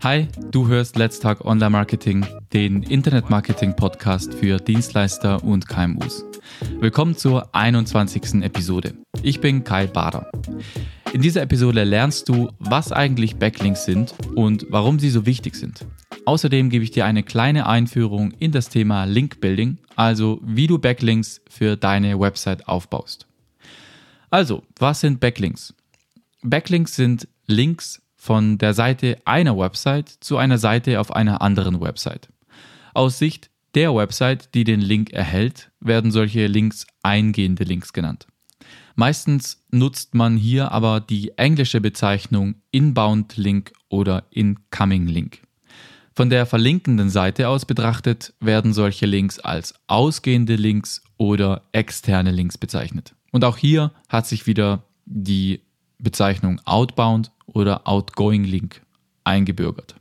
Hi, du hörst Let's Talk Online Marketing, den Internet-Marketing-Podcast für Dienstleister und KMUs. Willkommen zur 21. Episode. Ich bin Kai Bader. In dieser Episode lernst du, was eigentlich Backlinks sind und warum sie so wichtig sind. Außerdem gebe ich dir eine kleine Einführung in das Thema Link-Building, also wie du Backlinks für deine Website aufbaust. Also, was sind Backlinks? Backlinks sind Links von der Seite einer Website zu einer Seite auf einer anderen Website. Aus Sicht der Website, die den Link erhält, werden solche Links eingehende Links genannt. Meistens nutzt man hier aber die englische Bezeichnung Inbound Link oder Incoming Link. Von der verlinkenden Seite aus betrachtet werden solche Links als ausgehende Links oder externe Links bezeichnet. Und auch hier hat sich wieder die Bezeichnung Outbound oder Outgoing Link eingebürgert.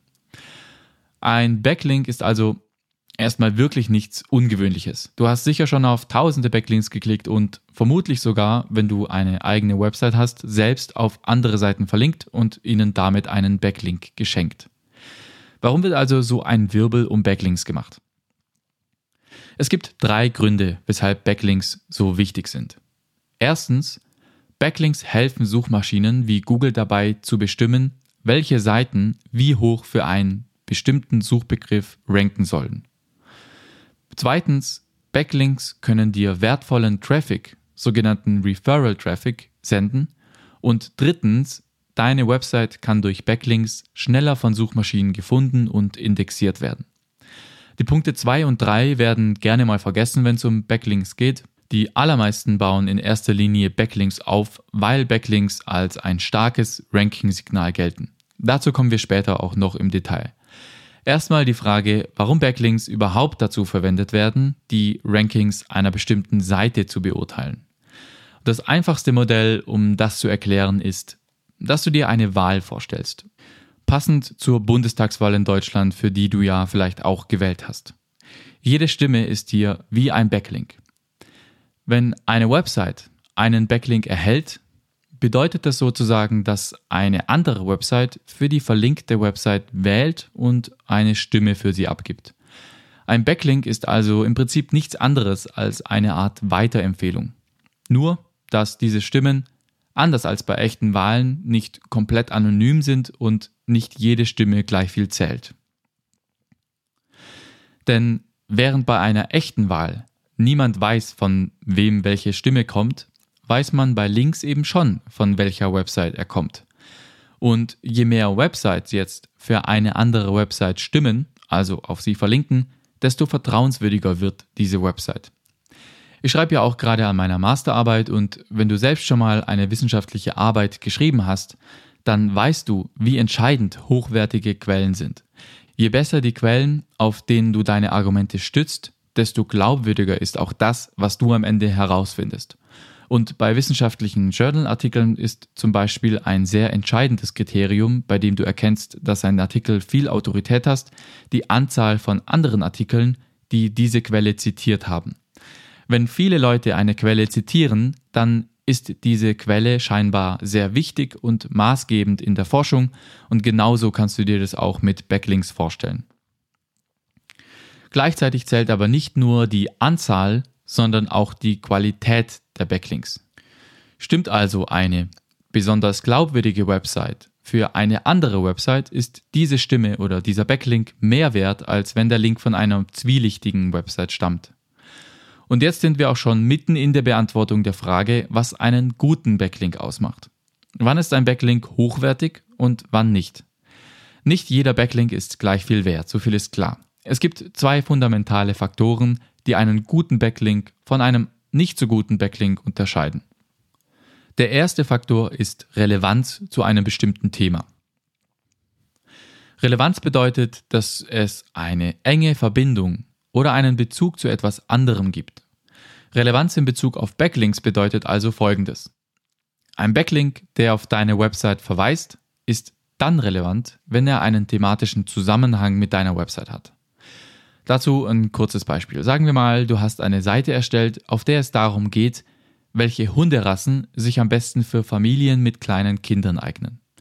Ein Backlink ist also erstmal wirklich nichts Ungewöhnliches. Du hast sicher schon auf tausende Backlinks geklickt und vermutlich sogar, wenn du eine eigene Website hast, selbst auf andere Seiten verlinkt und ihnen damit einen Backlink geschenkt. Warum wird also so ein Wirbel um Backlinks gemacht? Es gibt 3 Gründe, weshalb Backlinks so wichtig sind. Erstens, Backlinks helfen Suchmaschinen wie Google dabei zu bestimmen, welche Seiten wie hoch für einen bestimmten Suchbegriff ranken sollen. Zweitens, Backlinks können dir wertvollen Traffic, sogenannten Referral Traffic, senden. Und drittens, deine Website kann durch Backlinks schneller von Suchmaschinen gefunden und indexiert werden. Die Punkte 2 und 3 werden gerne mal vergessen, wenn es um Backlinks geht. Die allermeisten bauen in erster Linie Backlinks auf, weil Backlinks als ein starkes Ranking-Signal gelten. Dazu kommen wir später auch noch im Detail. Erstmal die Frage, warum Backlinks überhaupt dazu verwendet werden, die Rankings einer bestimmten Seite zu beurteilen. Das einfachste Modell, um das zu erklären, ist, dass du dir eine Wahl vorstellst. Passend zur Bundestagswahl in Deutschland, für die du ja vielleicht auch gewählt hast. Jede Stimme ist hier wie ein Backlink. Wenn eine Website einen Backlink erhält, bedeutet das sozusagen, dass eine andere Website für die verlinkte Website wählt und eine Stimme für sie abgibt. Ein Backlink ist also im Prinzip nichts anderes als eine Art Weiterempfehlung. Nur, dass diese Stimmen, anders als bei echten Wahlen, nicht komplett anonym sind und nicht jede Stimme gleich viel zählt. Denn während bei einer echten Wahl niemand weiß, von wem welche Stimme kommt, weiß man bei Links eben schon, von welcher Website er kommt. Und je mehr Websites jetzt für eine andere Website stimmen, also auf sie verlinken, desto vertrauenswürdiger wird diese Website. Ich schreibe ja auch gerade an meiner Masterarbeit und wenn du selbst schon mal eine wissenschaftliche Arbeit geschrieben hast, dann weißt du, wie entscheidend hochwertige Quellen sind. Je besser die Quellen, auf denen du deine Argumente stützt, desto glaubwürdiger ist auch das, was du am Ende herausfindest. Und bei wissenschaftlichen Journal-Artikeln ist zum Beispiel ein sehr entscheidendes Kriterium, bei dem du erkennst, dass ein Artikel viel Autorität hat, die Anzahl von anderen Artikeln, die diese Quelle zitiert haben. Wenn viele Leute eine Quelle zitieren, dann ist diese Quelle scheinbar sehr wichtig und maßgebend in der Forschung und genauso kannst du dir das auch mit Backlinks vorstellen. Gleichzeitig zählt aber nicht nur die Anzahl, sondern auch die Qualität der Backlinks. Stimmt also eine besonders glaubwürdige Website für eine andere Website, ist diese Stimme oder dieser Backlink mehr wert, als wenn der Link von einer zwielichtigen Website stammt. Und jetzt sind wir auch schon mitten in der Beantwortung der Frage, was einen guten Backlink ausmacht. Wann ist ein Backlink hochwertig und wann nicht? Nicht jeder Backlink ist gleich viel wert, so viel ist klar. Es gibt 2 fundamentale Faktoren, die einen guten Backlink von einem nicht so guten Backlink unterscheiden. Der erste Faktor ist Relevanz zu einem bestimmten Thema. Relevanz bedeutet, dass es eine enge Verbindung oder einen Bezug zu etwas anderem gibt. Relevanz in Bezug auf Backlinks bedeutet also Folgendes. Ein Backlink, der auf deine Website verweist, ist dann relevant, wenn er einen thematischen Zusammenhang mit deiner Website hat. Dazu ein kurzes Beispiel. Sagen wir mal, du hast eine Seite erstellt, auf der es darum geht, welche Hunderassen sich am besten für Familien mit kleinen Kindern eignen.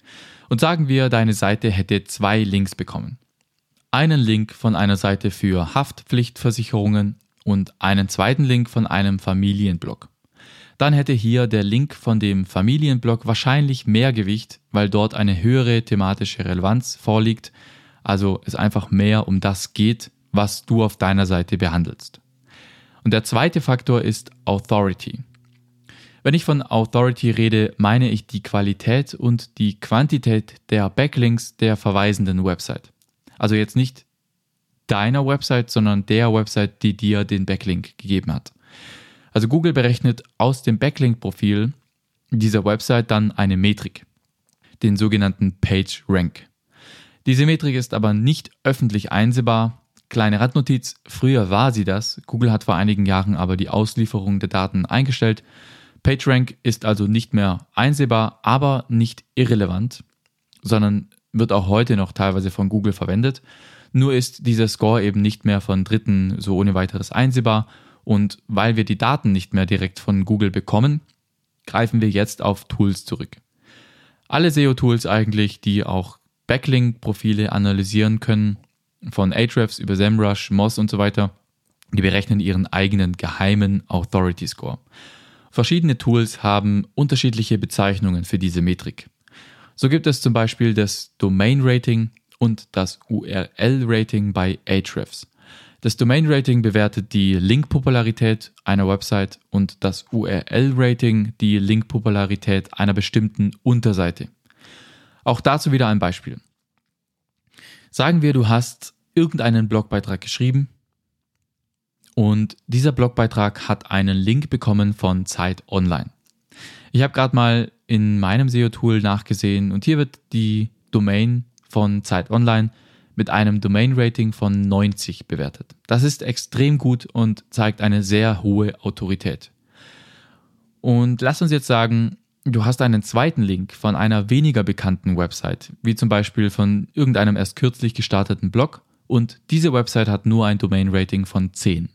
Und sagen wir, deine Seite hätte 2 Links bekommen. Einen Link von einer Seite für Haftpflichtversicherungen und einen zweiten Link von einem Familienblog. Dann hätte hier der Link von dem Familienblog wahrscheinlich mehr Gewicht, weil dort eine höhere thematische Relevanz vorliegt, also es einfach mehr um das geht, was du auf deiner Seite behandelst. Und der zweite Faktor ist Authority. Wenn ich von Authority rede, meine ich die Qualität und die Quantität der Backlinks der verweisenden Website. Also jetzt nicht deiner Website, sondern der Website, die dir den Backlink gegeben hat. Also Google berechnet aus dem Backlink-Profil dieser Website dann eine Metrik, den sogenannten PageRank. Diese Metrik ist aber nicht öffentlich einsehbar. Kleine Randnotiz, früher war sie das. Google hat vor einigen Jahren aber die Auslieferung der Daten eingestellt. PageRank ist also nicht mehr einsehbar, aber nicht irrelevant, sondern wird auch heute noch teilweise von Google verwendet. Nur ist dieser Score eben nicht mehr von Dritten so ohne weiteres einsehbar. Und weil wir die Daten nicht mehr direkt von Google bekommen, greifen wir jetzt auf Tools zurück. Alle SEO-Tools eigentlich, die auch Backlink-Profile analysieren können, von Ahrefs über SEMrush, Moz und so weiter, die berechnen ihren eigenen geheimen Authority Score. Verschiedene Tools haben unterschiedliche Bezeichnungen für diese Metrik. So gibt es zum Beispiel das Domain Rating und das URL Rating bei Ahrefs. Das Domain Rating bewertet die Link-Popularität einer Website und das URL Rating die Link-Popularität einer bestimmten Unterseite. Auch dazu wieder ein Beispiel. Sagen wir, du hast irgendeinen Blogbeitrag geschrieben und dieser Blogbeitrag hat einen Link bekommen von Zeit Online. Ich habe gerade mal in meinem SEO-Tool nachgesehen und hier wird die Domain von Zeit Online mit einem Domain-Rating von 90 bewertet. Das ist extrem gut und zeigt eine sehr hohe Autorität. Und lass uns jetzt sagen, du hast einen zweiten Link von einer weniger bekannten Website, wie zum Beispiel von irgendeinem erst kürzlich gestarteten Blog und diese Website hat nur ein Domain-Rating von 10.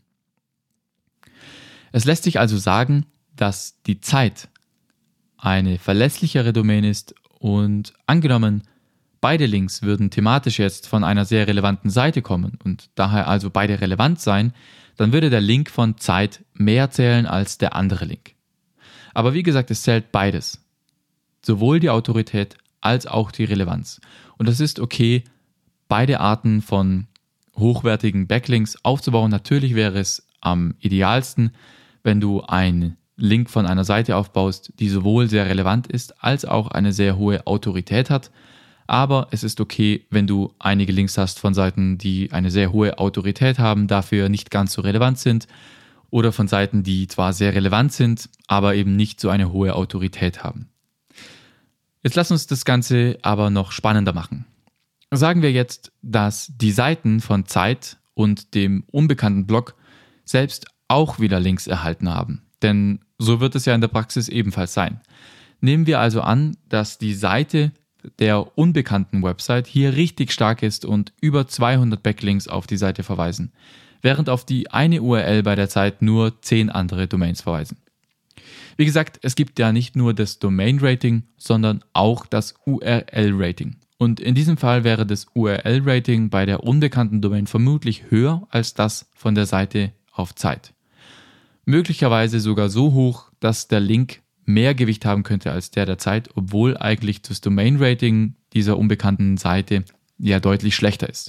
Es lässt sich also sagen, dass die Zeit eine verlässlichere Domain ist und angenommen, beide Links würden thematisch jetzt von einer sehr relevanten Seite kommen und daher also beide relevant sein, dann würde der Link von Zeit mehr zählen als der andere Link. Aber wie gesagt, es zählt beides. Sowohl die Autorität als auch die Relevanz. Und es ist okay, beide Arten von hochwertigen Backlinks aufzubauen. Natürlich wäre es am idealsten, wenn du einen Link von einer Seite aufbaust, die sowohl sehr relevant ist, als auch eine sehr hohe Autorität hat. Aber es ist okay, wenn du einige Links hast von Seiten, die eine sehr hohe Autorität haben, dafür nicht ganz so relevant sind, oder von Seiten, die zwar sehr relevant sind, aber eben nicht so eine hohe Autorität haben. Jetzt lass uns das Ganze aber noch spannender machen. Sagen wir jetzt, dass die Seiten von Zeit und dem unbekannten Blog selbst auch wieder Links erhalten haben, denn so wird es ja in der Praxis ebenfalls sein. Nehmen wir also an, dass die Seite der unbekannten Website hier richtig stark ist und über 200 Backlinks auf die Seite verweisen, während auf die eine URL bei der Zeit nur 10 andere Domains verweisen. Wie gesagt, es gibt ja nicht nur das Domain-Rating, sondern auch das URL-Rating. Und in diesem Fall wäre das URL-Rating bei der unbekannten Domain vermutlich höher als das von der Seite auf Zeit. Möglicherweise sogar so hoch, dass der Link mehr Gewicht haben könnte als der Zeit, obwohl eigentlich das Domain-Rating dieser unbekannten Seite ja deutlich schlechter ist.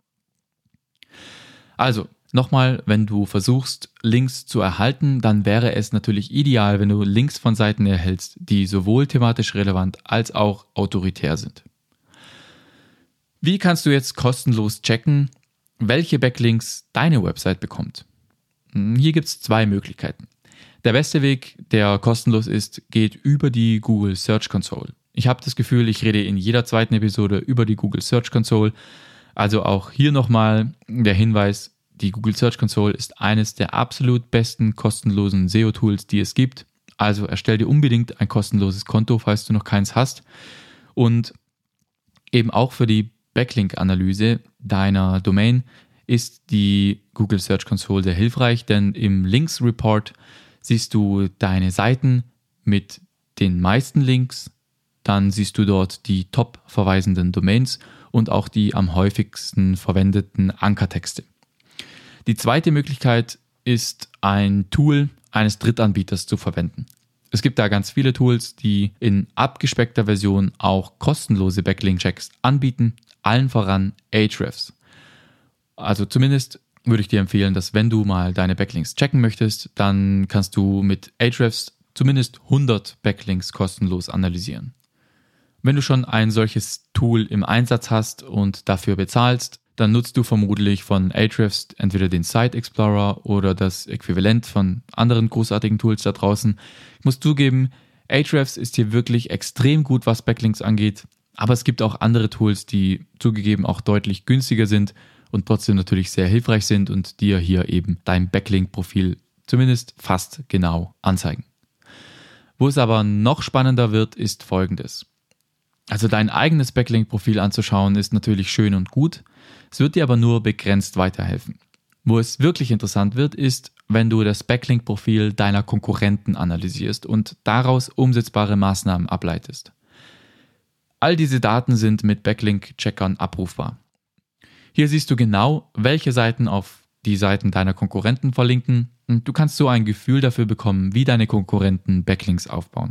Also, nochmal, wenn du versuchst, Links zu erhalten, dann wäre es natürlich ideal, wenn du Links von Seiten erhältst, die sowohl thematisch relevant als auch autoritär sind. Wie kannst du jetzt kostenlos checken, welche Backlinks deine Website bekommt? Hier gibt es 2 Möglichkeiten. Der beste Weg, der kostenlos ist, geht über die Google Search Console. Ich habe das Gefühl, ich rede in jeder zweiten Episode über die Google Search Console. Also auch hier nochmal der Hinweis, die Google Search Console ist eines der absolut besten kostenlosen SEO-Tools, die es gibt. Also erstell dir unbedingt ein kostenloses Konto, falls du noch keins hast. Und eben auch für die Backlink-Analyse deiner Domain ist die Google Search Console sehr hilfreich, denn im Links Report siehst du deine Seiten mit den meisten Links, dann siehst du dort die top verweisenden Domains und auch die am häufigsten verwendeten Ankertexte. Die zweite Möglichkeit ist, ein Tool eines Drittanbieters zu verwenden. Es gibt da ganz viele Tools, die in abgespeckter Version auch kostenlose Backlink-Checks anbieten, allen voran Ahrefs. Also zumindest würde ich dir empfehlen, dass wenn du mal deine Backlinks checken möchtest, dann kannst du mit Ahrefs zumindest 100 Backlinks kostenlos analysieren. Wenn du schon ein solches Tool im Einsatz hast und dafür bezahlst, dann nutzt du vermutlich von Ahrefs entweder den Site Explorer oder das Äquivalent von anderen großartigen Tools da draußen. Ich muss zugeben, Ahrefs ist hier wirklich extrem gut, was Backlinks angeht, aber es gibt auch andere Tools, die zugegeben auch deutlich günstiger sind und trotzdem natürlich sehr hilfreich sind und dir hier eben dein Backlink-Profil zumindest fast genau anzeigen. Wo es aber noch spannender wird, ist Folgendes. Also dein eigenes Backlink-Profil anzuschauen ist natürlich schön und gut, es wird dir aber nur begrenzt weiterhelfen. Wo es wirklich interessant wird, ist, wenn du das Backlink-Profil deiner Konkurrenten analysierst und daraus umsetzbare Maßnahmen ableitest. All diese Daten sind mit Backlink-Checkern abrufbar. Hier siehst du genau, welche Seiten auf die Seiten deiner Konkurrenten verlinken und du kannst so ein Gefühl dafür bekommen, wie deine Konkurrenten Backlinks aufbauen.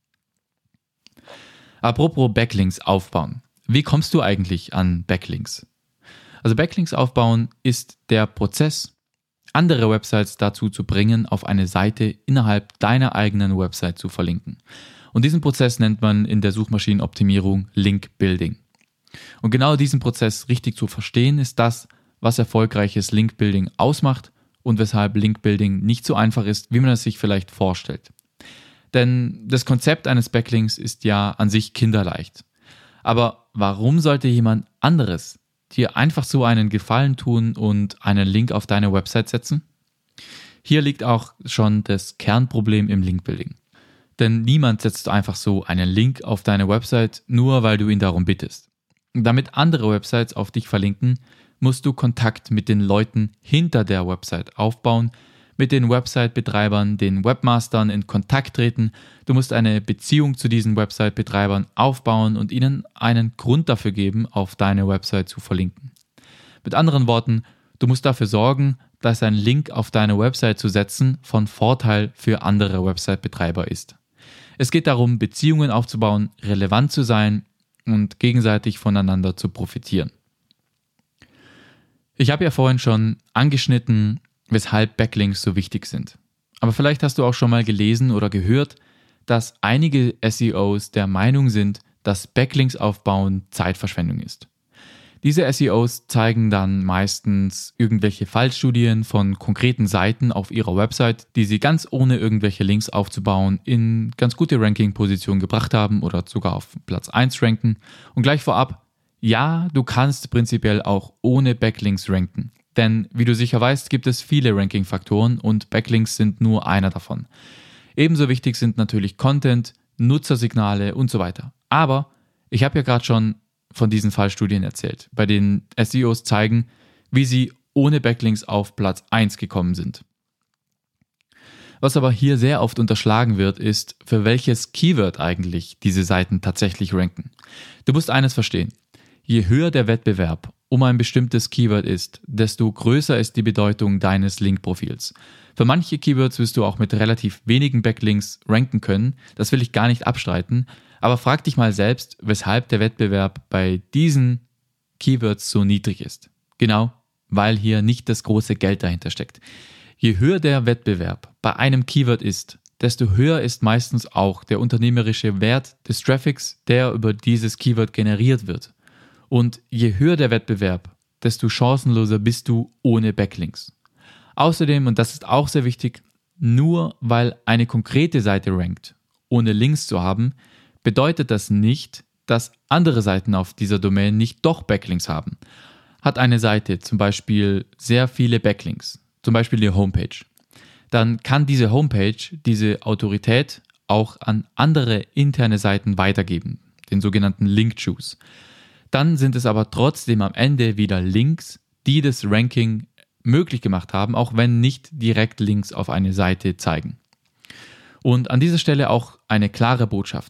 Apropos Backlinks aufbauen. Wie kommst du eigentlich an Backlinks? Also Backlinks aufbauen ist der Prozess, andere Websites dazu zu bringen, auf eine Seite innerhalb deiner eigenen Website zu verlinken. Und diesen Prozess nennt man in der Suchmaschinenoptimierung Link Building. Und genau diesen Prozess richtig zu verstehen, ist das, was erfolgreiches Link Building ausmacht und weshalb Link Building nicht so einfach ist, wie man es sich vielleicht vorstellt. Denn das Konzept eines Backlinks ist ja an sich kinderleicht. Aber warum sollte jemand anderes dir einfach so einen Gefallen tun und einen Link auf deine Website setzen? Hier liegt auch schon das Kernproblem im Link-Building. Denn niemand setzt einfach so einen Link auf deine Website, nur weil du ihn darum bittest. Damit andere Websites auf dich verlinken, musst du Kontakt mit den Leuten hinter der Website aufbauen, mit den Website-Betreibern, den Webmastern in Kontakt treten. Du musst eine Beziehung zu diesen Website-Betreibern aufbauen und ihnen einen Grund dafür geben, auf deine Website zu verlinken. Mit anderen Worten, du musst dafür sorgen, dass ein Link auf deine Website zu setzen von Vorteil für andere Website-Betreiber ist. Es geht darum, Beziehungen aufzubauen, relevant zu sein und gegenseitig voneinander zu profitieren. Ich habe ja vorhin schon angeschnitten, weshalb Backlinks so wichtig sind. Aber vielleicht hast du auch schon mal gelesen oder gehört, dass einige SEOs der Meinung sind, dass Backlinks aufbauen Zeitverschwendung ist. Diese SEOs zeigen dann meistens irgendwelche Fallstudien von konkreten Seiten auf ihrer Website, die sie ganz ohne irgendwelche Links aufzubauen in ganz gute Ranking-Positionen gebracht haben oder sogar auf Platz 1 ranken. Und gleich vorab, ja, du kannst prinzipiell auch ohne Backlinks ranken. Denn wie du sicher weißt, gibt es viele Ranking-Faktoren und Backlinks sind nur einer davon. Ebenso wichtig sind natürlich Content, Nutzersignale und so weiter. Aber ich habe ja gerade schon von diesen Fallstudien erzählt, bei denen SEOs zeigen, wie sie ohne Backlinks auf Platz 1 gekommen sind. Was aber hier sehr oft unterschlagen wird, ist, für welches Keyword eigentlich diese Seiten tatsächlich ranken. Du musst eines verstehen. Je höher der Wettbewerb um ein bestimmtes Keyword ist, desto größer ist die Bedeutung deines Link-Profils. Für manche Keywords wirst du auch mit relativ wenigen Backlinks ranken können, das will ich gar nicht abstreiten, aber frag dich mal selbst, weshalb der Wettbewerb bei diesen Keywords so niedrig ist. Genau, weil hier nicht das große Geld dahinter steckt. Je höher der Wettbewerb bei einem Keyword ist, desto höher ist meistens auch der unternehmerische Wert des Traffics, der über dieses Keyword generiert wird. Und je höher der Wettbewerb, desto chancenloser bist du ohne Backlinks. Außerdem, und das ist auch sehr wichtig, nur weil eine konkrete Seite rankt, ohne Links zu haben, bedeutet das nicht, dass andere Seiten auf dieser Domain nicht doch Backlinks haben. Hat eine Seite zum Beispiel sehr viele Backlinks, zum Beispiel die Homepage, dann kann diese Homepage diese Autorität auch an andere interne Seiten weitergeben, den sogenannten Link-Juice. Dann sind es aber trotzdem am Ende wieder Links, die das Ranking möglich gemacht haben, auch wenn nicht direkt Links auf eine Seite zeigen. Und an dieser Stelle auch eine klare Botschaft.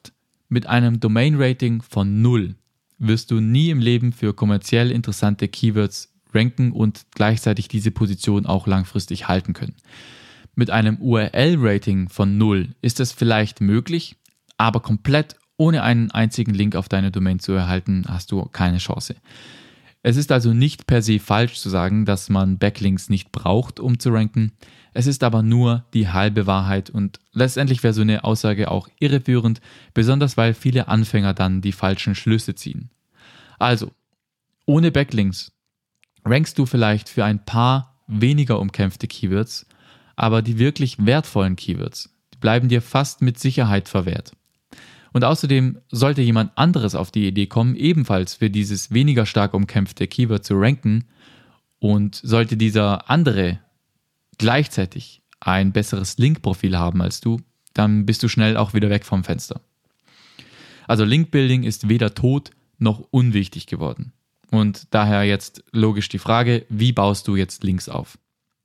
Mit einem Domain-Rating von 0 wirst du nie im Leben für kommerziell interessante Keywords ranken und gleichzeitig diese Position auch langfristig halten können. Mit einem URL-Rating von 0 ist es vielleicht möglich, aber komplett ohne einen einzigen Link auf deine Domain zu erhalten, hast du keine Chance. Es ist also nicht per se falsch zu sagen, dass man Backlinks nicht braucht, um zu ranken. Es ist aber nur die halbe Wahrheit und letztendlich wäre so eine Aussage auch irreführend, besonders weil viele Anfänger dann die falschen Schlüsse ziehen. Also, ohne Backlinks rankst du vielleicht für ein paar weniger umkämpfte Keywords, aber die wirklich wertvollen Keywords, die bleiben dir fast mit Sicherheit verwehrt. Und außerdem sollte jemand anderes auf die Idee kommen, ebenfalls für dieses weniger stark umkämpfte Keyword zu ranken, und sollte dieser andere gleichzeitig ein besseres Link-Profil haben als du, dann bist du schnell auch wieder weg vom Fenster. Also Link-Building ist weder tot noch unwichtig geworden. Und daher jetzt logisch die Frage, wie baust du jetzt Links auf?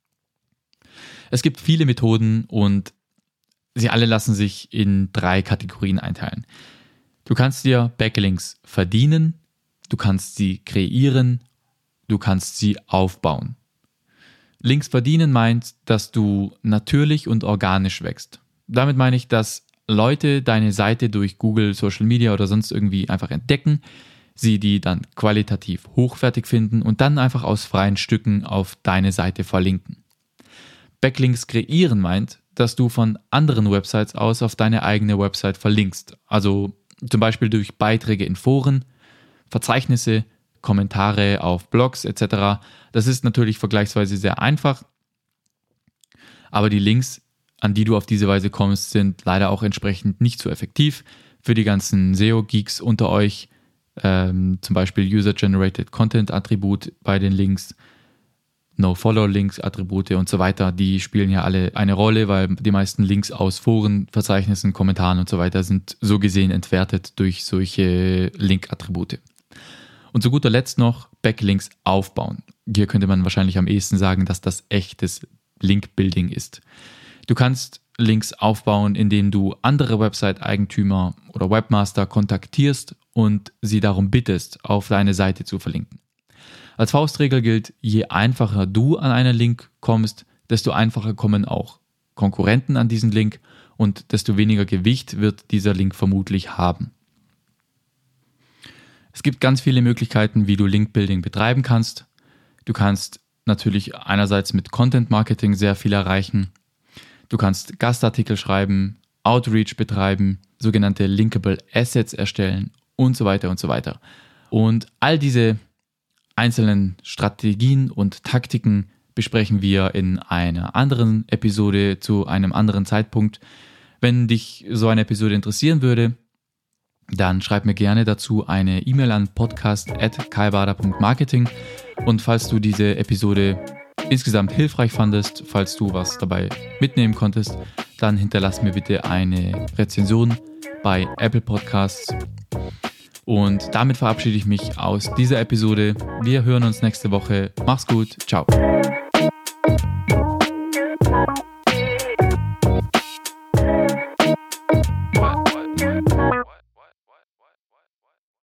Es gibt viele Methoden und sie alle lassen sich in 3 Kategorien einteilen. Du kannst dir Backlinks verdienen, du kannst sie kreieren, du kannst sie aufbauen. Links verdienen meint, dass du natürlich und organisch wächst. Damit meine ich, dass Leute deine Seite durch Google, Social Media oder sonst irgendwie einfach entdecken, sie die dann qualitativ hochwertig finden und dann einfach aus freien Stücken auf deine Seite verlinken. Backlinks kreieren meint, dass du von anderen Websites aus auf deine eigene Website verlinkst. Also zum Beispiel durch Beiträge in Foren, Verzeichnisse, Kommentare auf Blogs etc. Das ist natürlich vergleichsweise sehr einfach, aber die Links, an die du auf diese Weise kommst, sind leider auch entsprechend nicht so effektiv. Für die ganzen SEO-Geeks unter euch, zum Beispiel User-Generated Content-Attribut bei den Links, No-Follow-Links-Attribute und so weiter, die spielen ja alle eine Rolle, weil die meisten Links aus Foren, Verzeichnissen, Kommentaren und so weiter sind so gesehen entwertet durch solche Link-Attribute. Und zu guter Letzt noch Backlinks aufbauen. Hier könnte man wahrscheinlich am ehesten sagen, dass das echtes Link-Building ist. Du kannst Links aufbauen, indem du andere Website-Eigentümer oder Webmaster kontaktierst und sie darum bittest, auf deine Seite zu verlinken. Als Faustregel gilt, je einfacher du an einen Link kommst, desto einfacher kommen auch Konkurrenten an diesen Link und desto weniger Gewicht wird dieser Link vermutlich haben. Es gibt ganz viele Möglichkeiten, wie du Link-Building betreiben kannst. Du kannst natürlich einerseits mit Content-Marketing sehr viel erreichen. Du kannst Gastartikel schreiben, Outreach betreiben, sogenannte Linkable Assets erstellen und so weiter und so weiter. Und all diese einzelnen Strategien und Taktiken besprechen wir in einer anderen Episode zu einem anderen Zeitpunkt. Wenn dich so eine Episode interessieren würde, dann schreib mir gerne dazu eine E-Mail an podcast@kaibader.marketing. Und falls du diese Episode insgesamt hilfreich fandest, falls du was dabei mitnehmen konntest, dann hinterlass mir bitte eine Rezension bei Apple Podcasts. Und damit verabschiede ich mich aus dieser Episode. Wir hören uns nächste Woche. Mach's gut. Ciao.